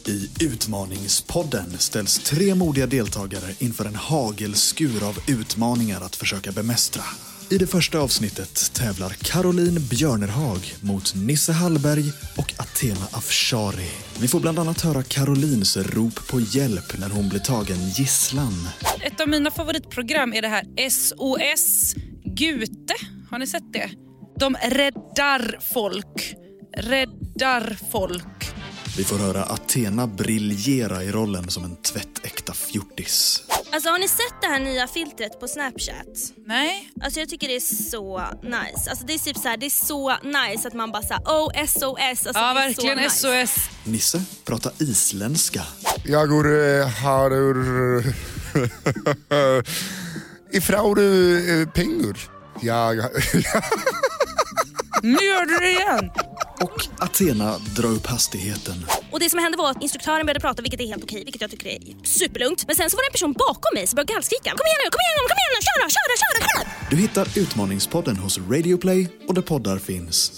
I Utmaningspodden ställs 3 modiga deltagare inför en hagelskur av utmaningar att försöka bemästra. I det första avsnittet tävlar Caroline Björnerhag mot Nisse Hallberg och Athena Afshari. Vi får bland annat höra Carolines rop på hjälp när hon blir tagen gisslan. Ett av mina favoritprogram är det här SOS Gute. Har ni sett det? De räddar folk. Vi får höra Athena briljera i rollen som en tvättäkta fjortis. Alltså har ni sett det här nya filtret på Snapchat? Nej. Alltså jag tycker det är så nice. Alltså det är typ så här, det är så nice att man bara så här, oh SOS. Alltså, ja, det är verkligen så nice. SOS. Nisse pratar isländska. Jag går har ifrån pengar. Nu gör du det igen. Och Athena drar upp hastigheten. Och det som hände var att instruktören började prata, vilket är helt okej, vilket jag tycker är superlugnt. Men sen så var det en person bakom mig som började gallskrika. Kom igen nu, köra! Du hittar Utmaningspodden hos Radio Play och där poddar finns.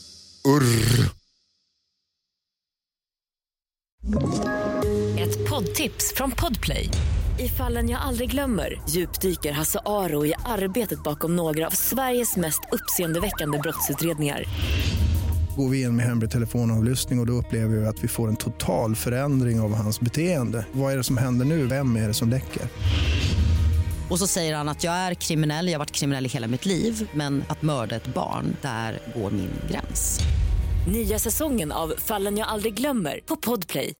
Ett poddtips från Podplay. I Fallen jag aldrig glömmer djupdyker Hasse Aro i arbetet bakom några av Sveriges mest uppseendeväckande brottsutredningar. Går vi in med hemlig telefonavlyssning och då upplever vi att vi får en total förändring av hans beteende. Vad är det som händer nu? Vem är det som läcker? Och så säger han att jag är kriminell, jag har varit kriminell i hela mitt liv. Men att mörda ett barn, där går min gräns. Nya säsongen av Fallen jag aldrig glömmer på Podplay.